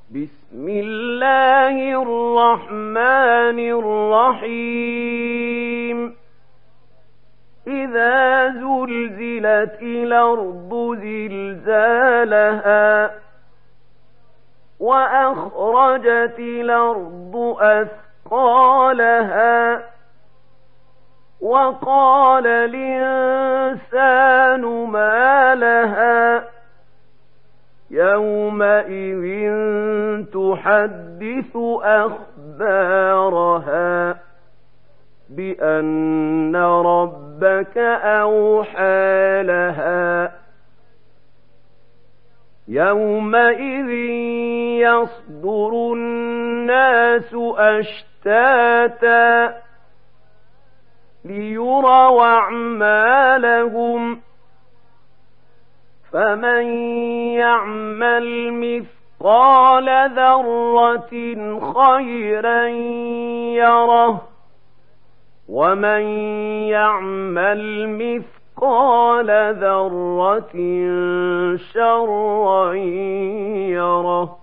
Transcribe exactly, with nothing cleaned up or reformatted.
بسم الله الرحمن الرحيم إذا زلزلت الأرض زلزالها وأخرجت الأرض أثقالها وقال الإنسان ما لها يومئذ تحدث أخبارها بأن ربك أوحى لها يومئذ يصدر الناس أشتاتا ليروا أعمالهم فمن يعمل مثقال ذرة خيرا يره ومن يعمل مثقال ذرة شرا يره